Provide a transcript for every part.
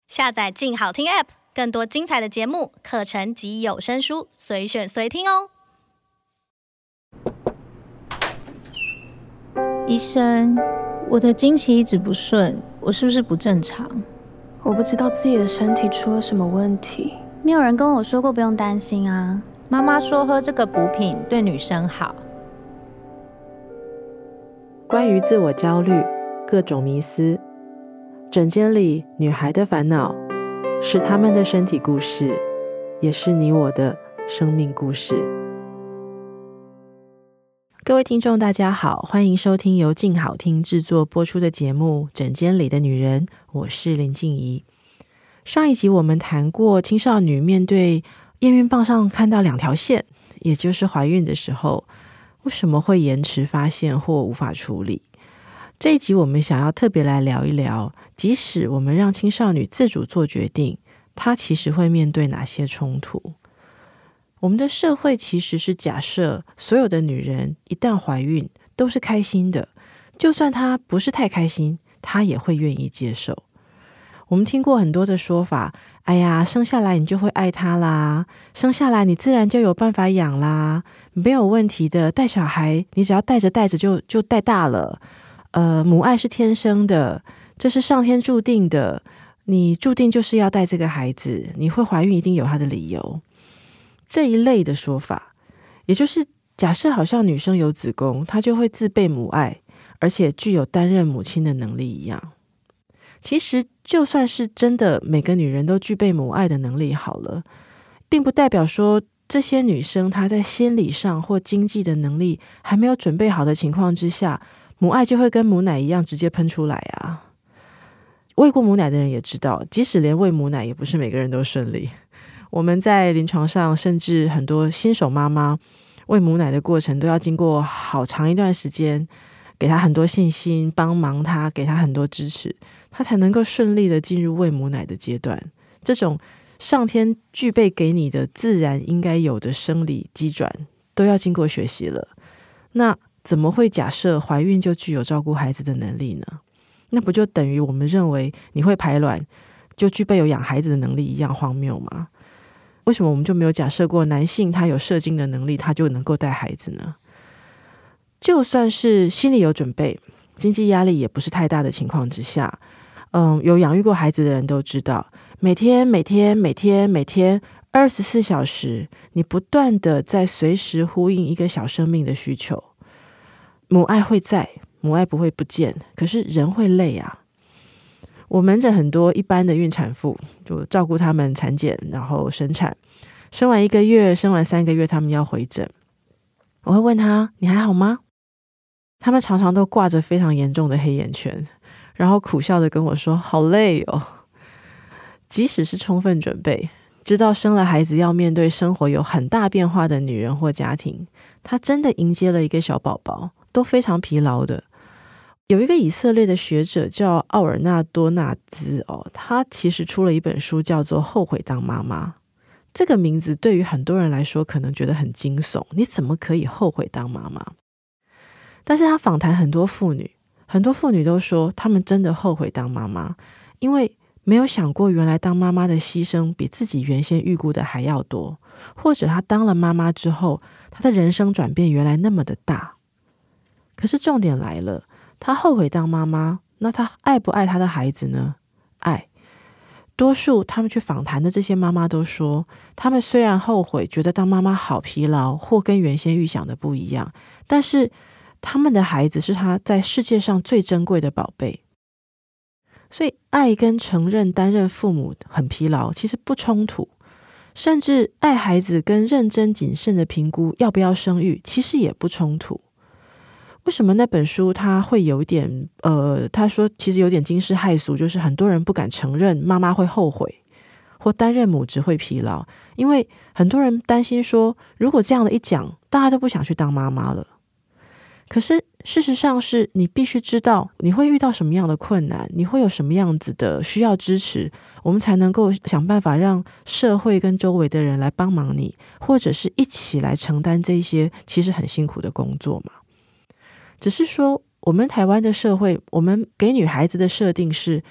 下载静好听 App， 更多精彩的节目、课程及有声书，随选随听哦。 医生，我的经期一直不顺，我是不是不正常？ 我不知道自己的身体出了什么问题。 没有人跟我说过不用担心啊。 妈妈说喝这个补品对女生好。 关于自我焦虑，各种迷思，诊间里女孩的烦恼，是她们的身体故事，也是你我的生命故事。各位听众大家好，欢迎收听由静好听制作播出的节目《诊间里的女人》，我是林静怡。上一集我们谈过青少女面对验孕棒上看到2条线，也就是怀孕的时候，为什么会延迟发现或无法处理。这一集我们想要特别来聊一聊，即使我们让青少女自主做决定，她其实会面对哪些冲突。我们的社会其实是假设所有的女人一旦怀孕都是开心的，就算她不是太开心，她也会愿意接受。我们听过很多的说法，哎呀，生下来你就会爱她啦，生下来你自然就有办法养啦，没有问题的，带小孩你只要带着就带大了，母爱是天生的，这是上天注定的，你注定就是要带这个孩子，你会怀孕一定有它的理由。这一类的说法，也就是假设好像女生有子宫，她就会自备母爱，而且具有担任母亲的能力一样。其实就算是真的每个女人都具备母爱的能力好了，并不代表说这些女生她在心理上或经济的能力还没有准备好的情况之下，母爱就会跟母奶一样直接喷出来啊。喂过母奶的人也知道，即使连喂母奶也不是每个人都顺利。我们在临床上，甚至很多新手妈妈喂母奶的过程都要经过好长一段时间，给她很多信心，帮忙她，给她很多支持，她才能够顺利的进入喂母奶的阶段。这种上天具备给你的自然应该有的生理机转，都要经过学习了。那怎么会假设怀孕就具有照顾孩子的能力呢？那不就等于我们认为你会排卵就具备有养孩子的能力一样荒谬吗？为什么我们就没有假设过男性他有射精的能力，他就能够带孩子呢？就算是心里有准备，经济压力也不是太大的情况之下，有养育过孩子的人都知道，每天24小时，你不断的在随时呼应一个小生命的需求。母爱会在，母爱不会不见，可是人会累啊。我门诊很多一般的孕产妇，就照顾他们产检，然后生产，生完1个月，生完3个月，他们要回诊。我会问他，你还好吗？他们常常都挂着非常严重的黑眼圈，然后苦笑的跟我说，好累哦。即使是充分准备，知道生了孩子要面对生活有很大变化的女人或家庭，她真的迎接了一个小宝宝，都非常疲劳的。有一个以色列的学者叫奥尔纳多纳兹，他其实出了一本书叫做《后悔当妈妈》。这个名字对于很多人来说可能觉得很惊悚，你怎么可以后悔当妈妈？但是他访谈很多妇女，很多妇女都说她们真的后悔当妈妈，因为没有想过原来当妈妈的牺牲比自己原先预估的还要多，或者她当了妈妈之后，她的人生转变原来那么的大。可是重点来了，她后悔当妈妈，那她爱不爱她的孩子呢？爱。多数他们去访谈的这些妈妈都说，他们虽然后悔，觉得当妈妈好疲劳，或跟原先预想的不一样，但是他们的孩子是他在世界上最珍贵的宝贝。所以爱跟承认担任父母很疲劳其实不冲突，甚至爱孩子跟认真谨慎的评估要不要生育其实也不冲突。为什么那本书他会有点他说其实有点惊世骇俗，就是很多人不敢承认妈妈会后悔或担任母职会疲劳，因为很多人担心说，如果这样的一讲，大家都不想去当妈妈了。可是事实上是你必须知道你会遇到什么样的困难，你会有什么样子的需要支持，我们才能够想办法让社会跟周围的人来帮忙你，或者是一起来承担这些其实很辛苦的工作嘛。只是说我们台湾的社会，我们给女孩子的设定是，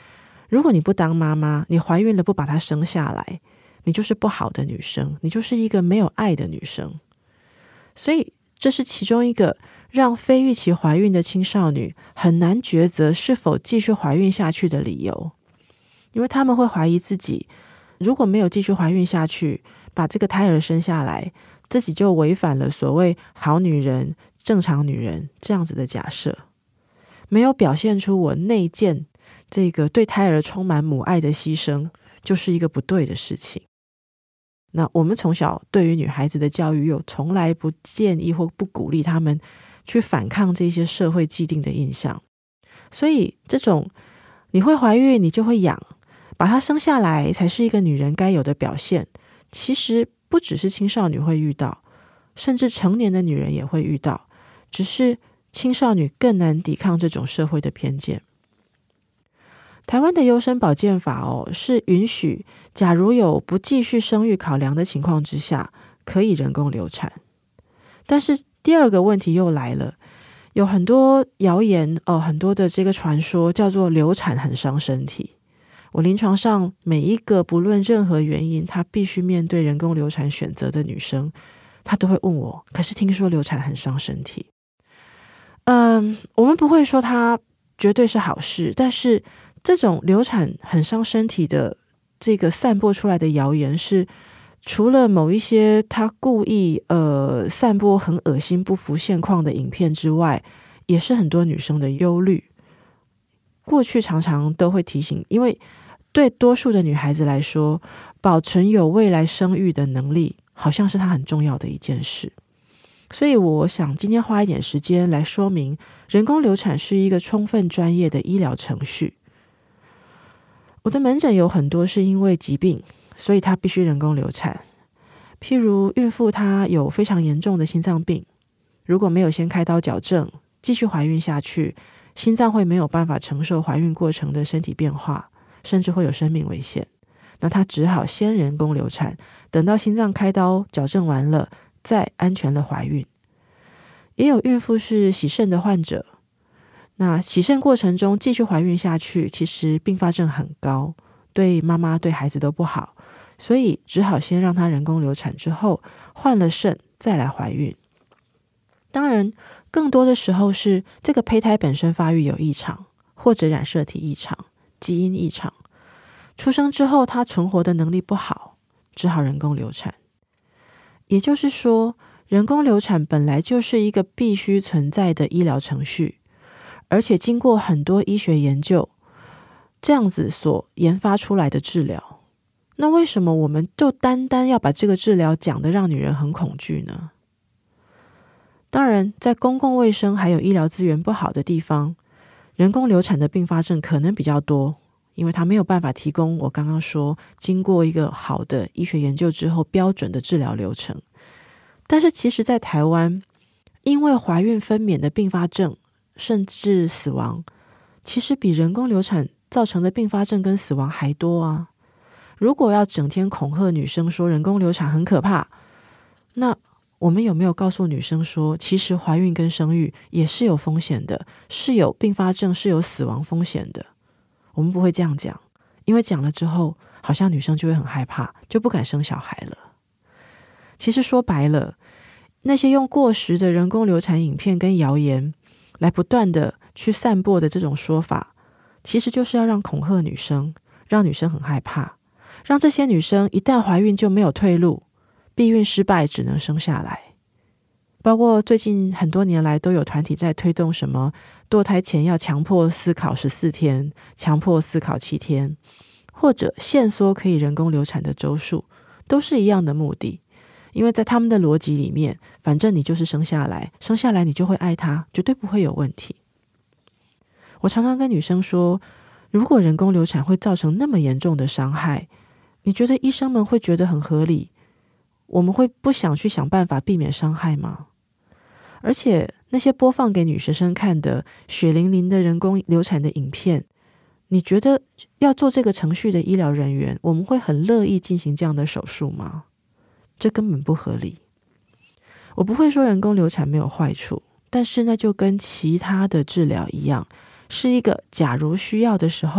如果你不当妈妈，你怀孕了不把她生下来，你就是不好的女生，你就是一个没有爱的女生。所以这是其中一个让非预期怀孕的青少女很难抉择是否继续怀孕下去的理由，因为他们会怀疑自己如果没有继续怀孕下去，把这个胎儿生下来，自己就违反了所谓好女人、正常女人这样子的假设，没有表现出我内建这个对胎儿充满母爱的牺牲，就是一个不对的事情。那我们从小对于女孩子的教育又从来不建议或不鼓励他们去反抗这些社会既定的印象，所以这种你会怀孕你就会养，把她生下来才是一个女人该有的表现，其实不只是青少女会遇到，甚至成年的女人也会遇到，只是青少女更难抵抗这种社会的偏见。台湾的优生保健法是允许假如有不继续生育考量的情况之下可以人工流产。但是第二个问题又来了，有很多谣言很多的这个传说叫做流产很伤身体。我临床上每一个不论任何原因她必须面对人工流产选择的女生，她都会问我，可是听说流产很伤身体。我们不会说它绝对是好事，但是这种流产很伤身体的这个散播出来的谣言，是除了某一些他故意散播很恶心不符现况的影片之外，也是很多女生的忧虑。过去常常都会提醒，因为对多数的女孩子来说，保存有未来生育的能力好像是她很重要的一件事。所以我想今天花一点时间来说明，人工流产是一个充分专业的医疗程序。我的门诊有很多是因为疾病，所以她必须人工流产。譬如孕妇她有非常严重的心脏病，如果没有先开刀矫正，继续怀孕下去，心脏会没有办法承受怀孕过程的身体变化，甚至会有生命危险。那她只好先人工流产，等到心脏开刀矫正完了，再安全的怀孕。也有孕妇是洗肾的患者，那洗肾过程中继续怀孕下去，其实并发症很高，对妈妈对孩子都不好，所以只好先让她人工流产之后换了肾再来怀孕。当然更多的时候是这个胚胎本身发育有异常，或者染色体异常、基因异常，出生之后她存活的能力不好，只好人工流产。也就是说，人工流产本来就是一个必须存在的医疗程序，而且经过很多医学研究，这样子所研发出来的治疗。那为什么我们就单单要把这个治疗讲得让女人很恐惧呢？当然，在公共卫生还有医疗资源不好的地方，人工流产的并发症可能比较多，因为它没有办法提供我刚刚说经过一个好的医学研究之后标准的治疗流程。但是其实在台湾，因为怀孕分娩的并发症甚至死亡，其实比人工流产造成的并发症跟死亡还多啊。如果要整天恐吓女生说人工流产很可怕，那我们有没有告诉女生说，其实怀孕跟生育也是有风险的，是有并发症，是有死亡风险的？我们不会这样讲，因为讲了之后，好像女生就会很害怕，就不敢生小孩了。其实说白了，那些用过时的人工流产影片跟谣言来不断的去散播的这种说法，其实就是要让恐吓女生，让女生很害怕，让这些女生一旦怀孕就没有退路，避孕失败只能生下来。包括最近很多年来都有团体在推动什么堕胎前要强迫思考14天，强迫思考7天，或者限缩可以人工流产的周数，都是一样的目的。因为在他们的逻辑里面，反正你就是生下来你就会爱他，绝对不会有问题。我常常跟女生说，如果人工流产会造成那么严重的伤害，你觉得医生们会觉得很合理？我们会不想去想办法避免伤害吗？而且那些播放给女学生看的血淋淋的人工流产的影片，你觉得要做这个程序的医疗人员，我们会很乐意进行这样的手术吗？这根本不合理。我不会说人工流产没有坏处，但是那就跟其他的治疗一样，是一个假如需要的时候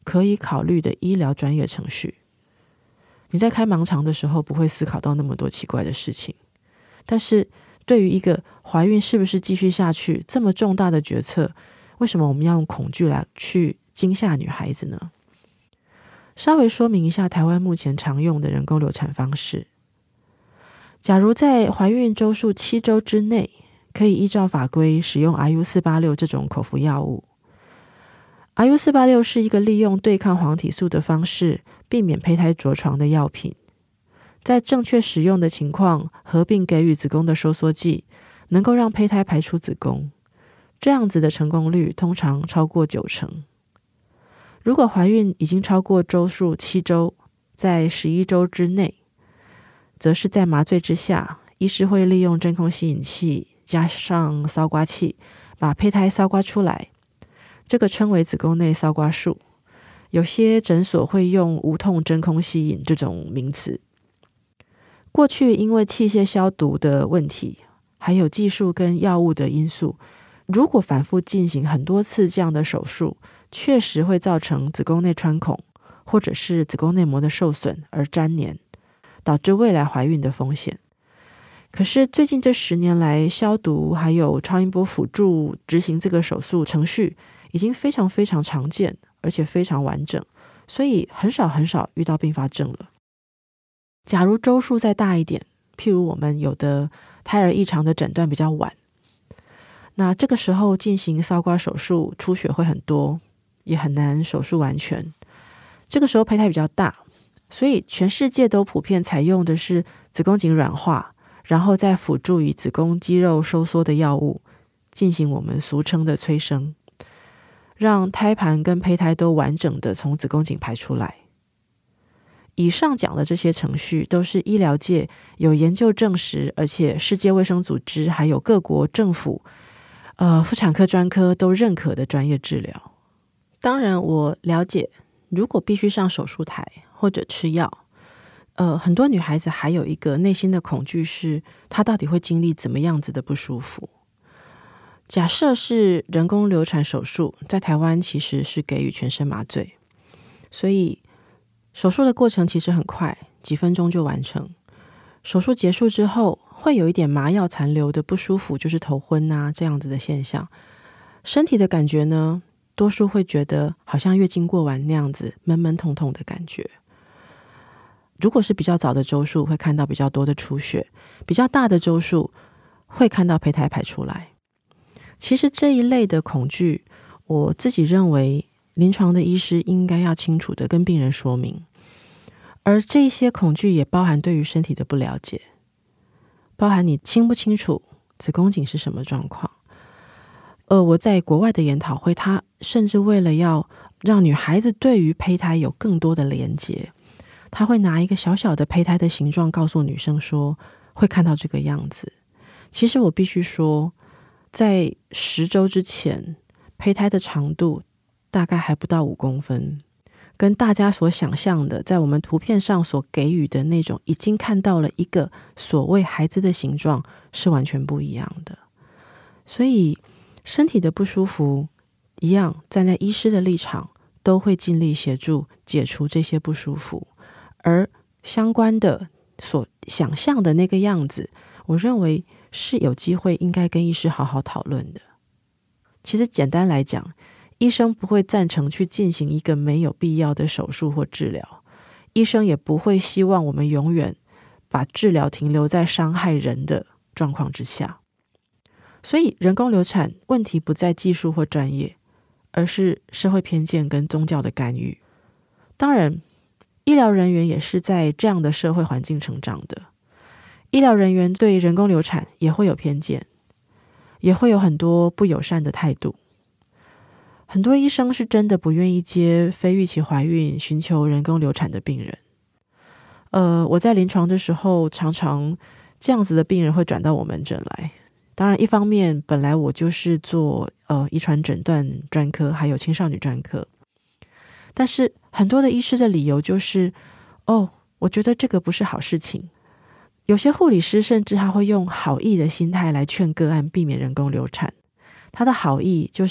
可以考虑的医疗专业程序。你在开盲肠的时候不会思考到那么多奇怪的事情，但是对于一个怀孕是不是继续下去这么重大的决策，为什么我们要用恐惧来去惊吓女孩子呢？稍微说明一下台湾目前常用的人工流产方式。假如在怀孕周数7周之内，可以依照法规使用 RU486 这种口服药物。RU486 是一个利用对抗黄体素的方式避免胚胎着床的药品，在正确使用的情况合并给予子宫的收缩剂，能够让胚胎排出子宫，这样子的成功率通常超过90%。如果怀孕已经超过周数7周，在11周之内，则是在麻醉之下，医师会利用真空吸引器加上搔刮器把胚胎搔刮出来，这个称为子宫内搔刮术。有些诊所会用无痛真空吸引这种名词。过去因为器械消毒的问题，还有技术跟药物的因素，如果反复进行很多次这样的手术，确实会造成子宫内穿孔或者是子宫内膜的受损而粘连，导致未来怀孕的风险。可是最近这10年来，消毒还有超音波辅助执行这个手术程序已经非常非常常见，而且非常完整，所以很少遇到并发症了。假如周数再大一点，譬如我们有的胎儿异常的诊断比较晚，那这个时候进行搔刮手术，出血会很多，也很难手术完全。这个时候胚胎比较大，所以全世界都普遍采用的是子宫颈软化，然后再辅助以子宫肌肉收缩的药物，进行我们俗称的催生，让胎盘跟胚胎都完整的从子宫颈排出来。以上讲的这些程序都是医疗界有研究证实，而且世界卫生组织还有各国政府妇产科专科都认可的专业治疗。当然我了解，如果必须上手术台或者吃药，很多女孩子还有一个内心的恐惧是，她到底会经历怎么样子的不舒服。假设是人工流产手术，在台湾其实是给予全身麻醉，所以手术的过程其实很快，几分钟就完成。手术结束之后，会有一点麻药残留的不舒服，就是头昏啊这样子的现象。身体的感觉呢，多数会觉得好像月经过完那样子闷闷痛痛的感觉。如果是比较早的周数，会看到比较多的出血；比较大的周数，会看到胚胎排出来。其实这一类的恐惧，我自己认为临床的医师应该要清楚的跟病人说明。而这些恐惧也包含对于身体的不了解，包含你清不清楚子宫颈是什么状况。我在国外的研讨会，他甚至为了要让女孩子对于胚胎有更多的连结，他会拿一个小小的胚胎的形状告诉女生说会看到这个样子。其实我必须说，在10周之前，胚胎的长度大概还不到5公分，跟大家所想象的在我们图片上所给予的那种已经看到了一个所谓孩子的形状是完全不一样的。所以身体的不舒服一样，站在医师的立场都会尽力协助解除这些不舒服，而相关的所想象的那个样子，我认为是有机会应该跟医师好好讨论的。其实简单来讲，医生不会赞成去进行一个没有必要的手术或治疗，医生也不会希望我们永远把治疗停留在伤害人的状况之下。所以人工流产问题不在技术或专业，而是社会偏见跟宗教的干预。当然医疗人员也是在这样的社会环境成长的，医疗人员对人工流产也会有偏见，也会有很多不友善的态度。很多医生是真的不愿意接非预期怀孕寻求人工流产的病人。我在临床的时候，常常这样子的病人会转到我门诊来。当然一方面本来我就是做遗传诊断专科还有青少女专科，但是很多的医师的理由就是我觉得这个不是好事情。有些护理师甚至他会用好意的心态来劝个案避免人工流产，他的好意就是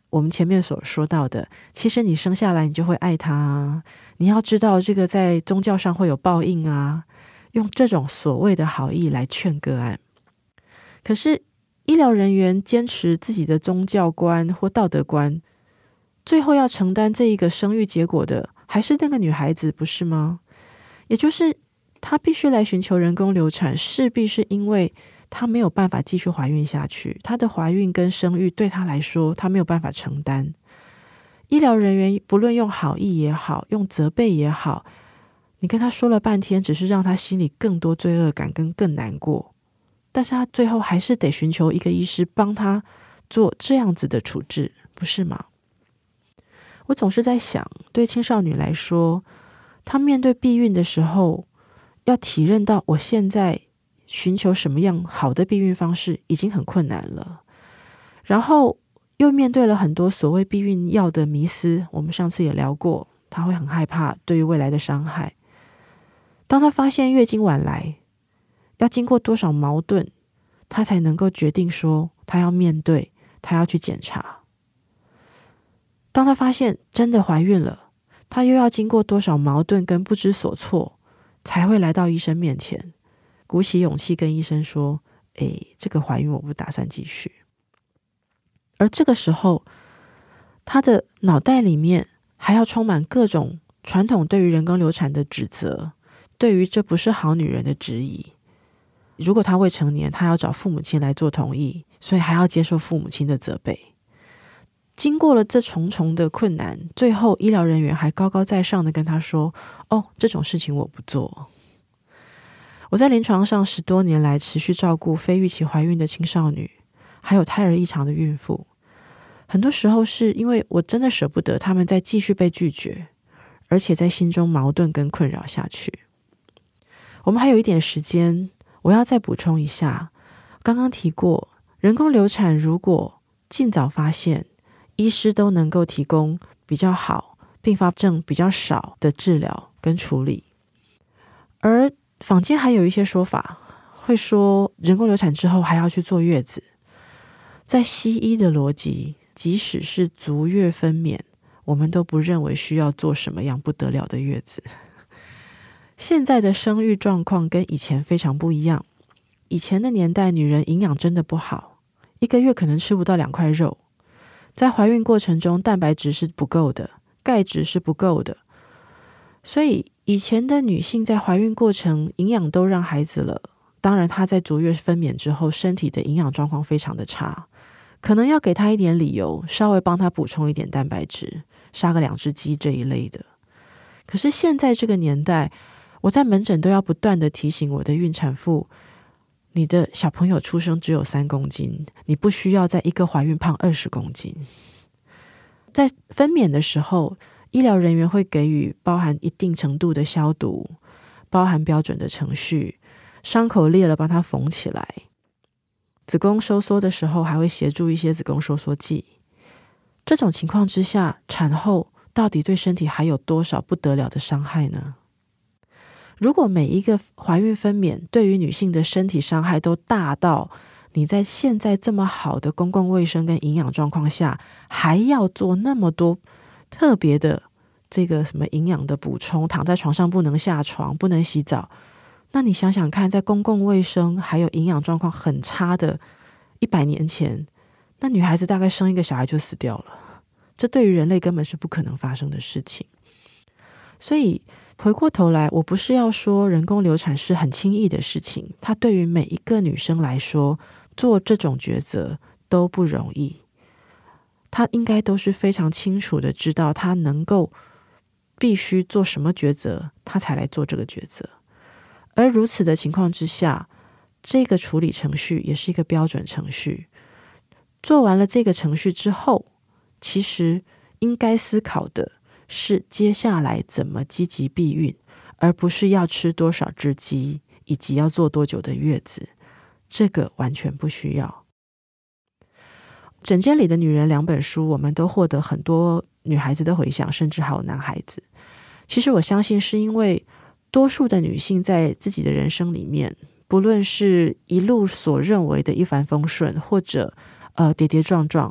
我们前面所说到的，其实你生下来你就会爱他啊，你要知道这个在宗教上会有报应啊，用这种所谓的好意来劝个案。可是医疗人员坚持自己的宗教观或道德观，最后要承担这一个生育结果的还是那个女孩子，不是吗？也就是她必须来寻求人工流产，势必是因为她没有办法继续怀孕下去，她的怀孕跟生育对她来说她没有办法承担。医疗人员不论用好意也好，用责备也好，你跟她说了半天，只是让她心里更多罪恶感跟更难过，但是她最后还是得寻求一个医师帮她做这样子的处置，不是吗？我总是在想，对青少女来说，她面对避孕的时候，要体认到我现在寻求什么样好的避孕方式已经很困难了，然后又面对了很多所谓避孕药的迷思，我们上次也聊过，她会很害怕对于未来的伤害。当她发现月经晚来，要经过多少矛盾，她才能够决定说她要面对，她要去检查。当她发现真的怀孕了，她又要经过多少矛盾跟不知所措，才会来到医生面前，鼓起勇气跟医生说，这个怀孕我不打算继续。而这个时候，她的脑袋里面还要充满各种传统对于人工流产的指责，对于这不是好女人的质疑。如果她未成年，她要找父母亲来做同意，所以还要接受父母亲的责备。经过了这重重的困难，最后医疗人员还高高在上的跟她说，这种事情我不做。我在临床上10多年来持续照顾非预期怀孕的青少女，还有胎儿异常的孕妇，很多时候是因为我真的舍不得他们再继续被拒绝，而且在心中矛盾跟困扰下去。我们还有一点时间，我要再补充一下，刚刚提过，人工流产如果尽早发现，医师都能够提供比较好、并发症比较少的治疗跟处理。而坊间还有一些说法，会说人工流产之后还要去坐月子。在西医的逻辑，即使是足月分娩，我们都不认为需要做什么样不得了的月子。现在的生育状况跟以前非常不一样。以前的年代，女人营养真的不好，1个月可能吃不到2块肉，在怀孕过程中蛋白质是不够的，钙质是不够的，所以以前的女性在怀孕过程营养都让孩子了，当然她在足月分娩之后身体的营养状况非常的差，可能要给她一点理由，稍微帮她补充一点蛋白质，杀个2只鸡这一类的。可是现在这个年代，我在门诊都要不断的提醒我的孕产妇，你的小朋友出生只有3公斤，你不需要在一个怀孕胖20公斤。在分娩的时候，医疗人员会给予包含一定程度的消毒，包含标准的程序，伤口裂了帮它缝起来，子宫收缩的时候还会协助一些子宫收缩剂。这种情况之下，产后到底对身体还有多少不得了的伤害呢？如果每一个怀孕分娩对于女性的身体伤害都大到你在现在这么好的公共卫生跟营养状况下，还要做那么多特别的这个什么营养的补充，躺在床上不能下床，不能洗澡，那你想想看，在公共卫生还有营养状况很差的100年前，那女孩子大概生一个小孩就死掉了，这对于人类根本是不可能发生的事情。所以回过头来，我不是要说人工流产是很轻易的事情，它对于每一个女生来说，做这种抉择都不容易。她应该都是非常清楚的知道她能够必须做什么抉择，她才来做这个抉择。而如此的情况之下，这个处理程序也是一个标准程序。做完了这个程序之后，其实应该思考的是接下来怎么积极避孕，而不是要吃多少只鸡，以及要做多久的月子，这个完全不需要。诊间里的女人2本书，我们都获得很多女孩子的回响，甚至还有男孩子。其实我相信是因为多数的女性在自己的人生里面，不论是一路所认为的一帆风顺，或者跌跌撞撞，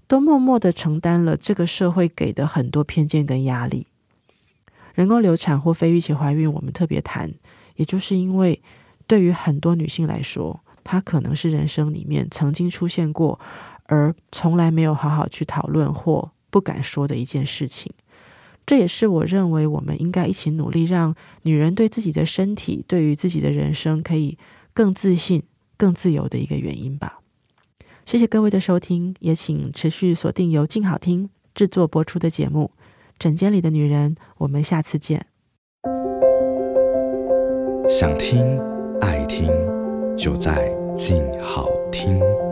都默默地承担了这个社会给的很多偏见跟压力。人工流产或非预期怀孕我们特别谈，也就是因为对于很多女性来说，它可能是人生里面曾经出现过而从来没有好好去讨论或不敢说的一件事情。这也是我认为我们应该一起努力，让女人对自己的身体，对于自己的人生可以更自信更自由的一个原因吧。谢谢各位的收听，也请持续锁定由静好听制作播出的节目《诊间里的女人》，我们下次见。 想听爱听，就在静好听。